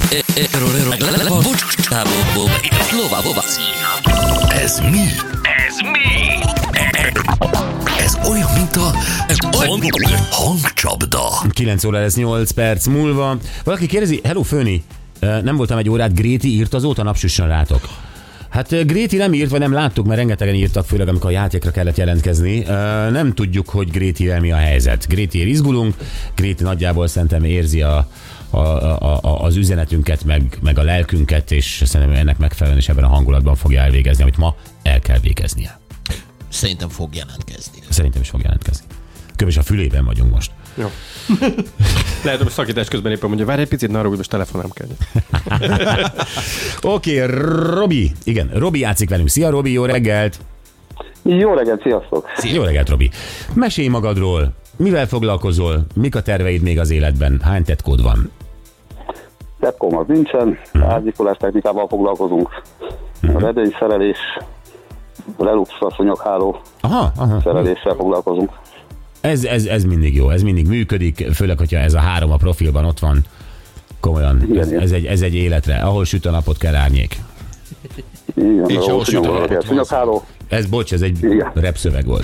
Ez mi? Ez olyan, mint a hangcsapda. 9 óra lesz 8 perc múlva. Valaki kérdezi, hello Főni, nem voltam egy órát, Gréti írt azóta, napsüssön rátok. Hát Gréti nem írt, vagy nem láttuk, mert rengetegen írtak, főleg amikor a játékra kellett jelentkezni. Nem tudjuk, hogy Grétivel mi a helyzet. Grétiért izgulunk, Gréti nagyjából szerintem érzi az üzenetünket, meg a lelkünket, és szerintem ennek megfelelően is ebben a hangulatban fogja elvégezni, amit ma el kell végeznie. Szerintem fog jelentkezni. Szerintem is fog jelentkezni. Kövés a fülében vagyunk most. Jó. Lehet, hogy szakítás közben éppen mondja, várj egy picit, ne arra, hogy most telefonám kell. Oké, Robi. Igen, Robi játszik velünk. Szia, Robi, jó reggelt! Jó reggelt, sziasztok! Jó reggelt, Robi. Mesélj magadról. Mivel foglalkozol? Mik a terveid még az életben? Hány tetkód van? Tetkom az nincsen, árnyékolás technikával foglalkozunk. A redőnyszerelés, relux a szúnyogháló szereléssel foglalkozunk. Ez mindig jó, ez mindig működik, főleg, hogyha ez a 3 a profilban ott van. Komolyan, Igen, ez egy életre. Ahol süt a napot, kell árnyék. Igen, És ahol süt a napot, szúnyogháló. Ez egy repszöveg volt.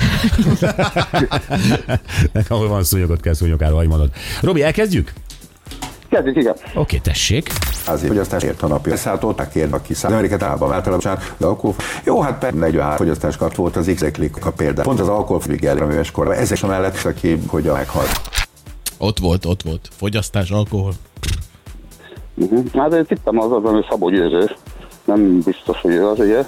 Ahol van szúnyogod, kell szúnyogháló, ahogy mondod. Robi, elkezdjük? Kezdjük, igen. Oké, tessék. Azért fogyasztás ért a napja. Szállt ott kérve ki az Amerikát általában általában, de akkor jó, hát per 43 fogyasztás kart volt az X-eklik a példa. Pont az alkoholfüggő elműves korban. Ezek sem mellett, aki hogy a meghalt. Ott volt. Fogyasztás, alkohol. Hát én hittem azon, hogy Szabó Győző. Nem biztos, hogy ő az, ugye?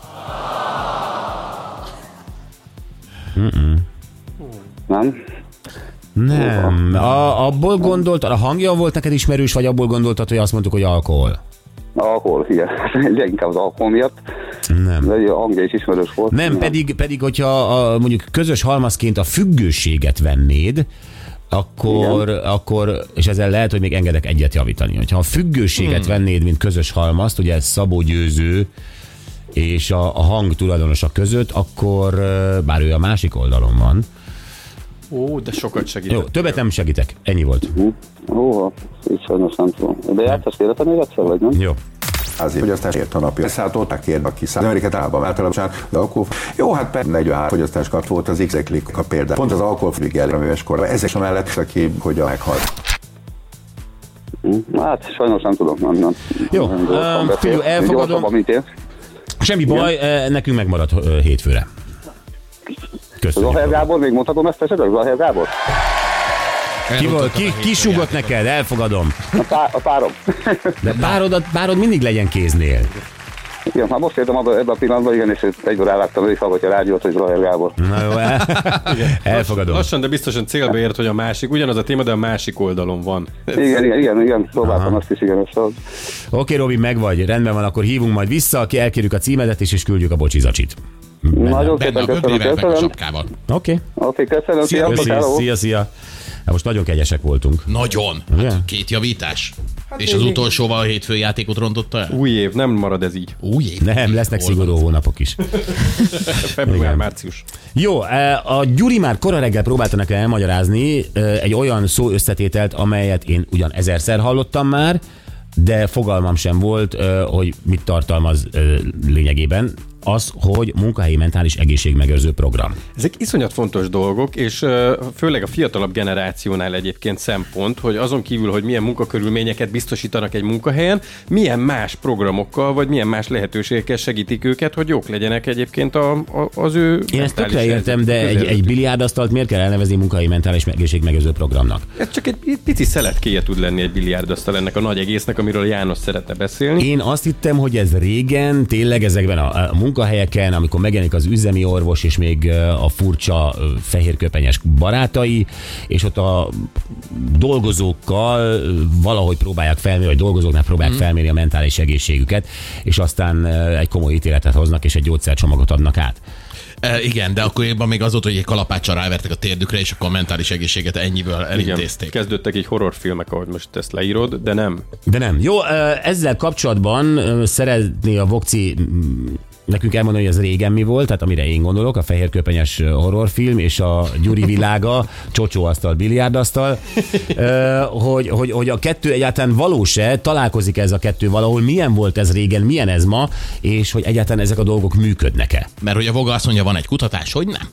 Nem? Nem. Abból gondoltad, a hangja volt neked ismerős, vagy abból gondoltad, hogy azt mondtuk, hogy alkohol? Alkohol, igen. Inkább az alkohol miatt. Nem. De a hangja is ismerős volt. Nem, pedig hogyha mondjuk közös halmazként a függőséget vennéd, akkor, és ezzel lehet, hogy még engedek egyet javítani. Hogyha a függőséget vennéd, mint közös halmazt, ugye Szabó Győző és a hang tulajdonosa között, akkor bár ő a másik oldalon van. Ó, de sokat segít. Jó, többet nem segítek. Ennyi volt. Ó, így sajnos nem tudom. De jártas életem még egyszer, vagy nem? Jó. Azért fogyasztás ért a napja. Szállt ott kérve ki az Amerikát általában általában, de akkor jó, hát per 43 fogyasztás kart volt az X-eklik a példa. Pont az alkoholfüggő elműves korban. Ezek sem mellett, aki hogy a meghalt. Hát sajnos nem tudom. Nem. Jó, figyelj, elfogadom. Semmi baj, nekünk megmarad hétfőre. Köszönjük. Zahel Gábor, még mondhatom ezt esetleg? Zahel Gábor? Ki súgott neked? Elfogadom. A párom. De párod mindig legyen kéznél. Igen, már most értem ebben a pillanatban, igen, és egyből rávágtam, hogy hallgatja a rádiót, hogy Zahel Gábor. Na jó, elfogadom. Lassan, de biztosan célba ért, hogy a másik, ugyanaz a téma, de a másik oldalon van. Igen, próbáltam azt is, igen. Oké, Robi, megvagy, rendben van, akkor hívunk majd vissza, elkérjük a címedet is, és küldjük a bocsizacsit. Nagyon Benne szépen a gödrével, meg a köszönöm. sapkával. Oké. Köszönöm, sziasztok. Szia. Hát most nagyon kegyesek voltunk. Nagyon. Ugye? Hát 2 javítás. És az utolsóval a hétfő játékot rontotta el? Új év, nem marad ez így. Új év? Nem, lesznek szigorú hónapok is. Február, március. Jó, a Gyuri már kora reggel próbálta nekem elmagyarázni egy olyan szó összetételt, amelyet én ugyan 1000-szer hallottam már, de fogalmam sem volt, hogy mit tartalmaz lényegében. Az, hogy munkahelyi mentális egészségmegőrző program. Ezek iszonyat fontos dolgok, és főleg a fiatalabb generációnál egyébként szempont, hogy azon kívül, hogy milyen munkakörülményeket biztosítanak egy munkahelyen, milyen más programokkal, vagy milyen más lehetőségekkel segítik őket, hogy jók legyenek egyébként az ő Én ezt tökre értem, de egy biliárdasztalt miért kell elnevezni munkahelyi mentális egészségmegőrző programnak? Ez csak egy pici szeletkéje tud lenni egy biliárdasztal ennek a nagy egésznek, amiről János szeretne beszélni. Én azt hittem, hogy ez régen, tényleg ezekben a munkahelyeken, amikor megjelenik az üzemi orvos, és még a furcsa fehérköpenyes barátai, és ott a dolgozókkal valahogy próbálják felmérni, vagy dolgozóknál próbálják felmérni a mentális egészségüket, és aztán egy komoly ítéletet hoznak, és egy gyógyszercsomagot adnak át. Igen, de akkor évben még az volt, hogy egy kalapáccsal rávertek a térdükre, és akkor a mentális egészséget ennyiből elintézték. Igen, kezdődtek egy horrorfilmek, ahogy most ezt leírod, de nem. De nem. Jó, ezzel kapcsolatban szeretné a Vokci nekünk elmondani, hogy ez régen mi volt, tehát amire én gondolok, a fehérköpenyes horrorfilm és a Gyuri világa, csocsóasztal, biliárdasztal, hogy a kettő egyáltalán valós-e, találkozik ez a kettő valahol, milyen volt ez régen, milyen ez ma, és hogy egyáltalán ezek a dolgok működnek-e. Mert hogy a Voga azt mondja, van egy kutatás, hogy nem.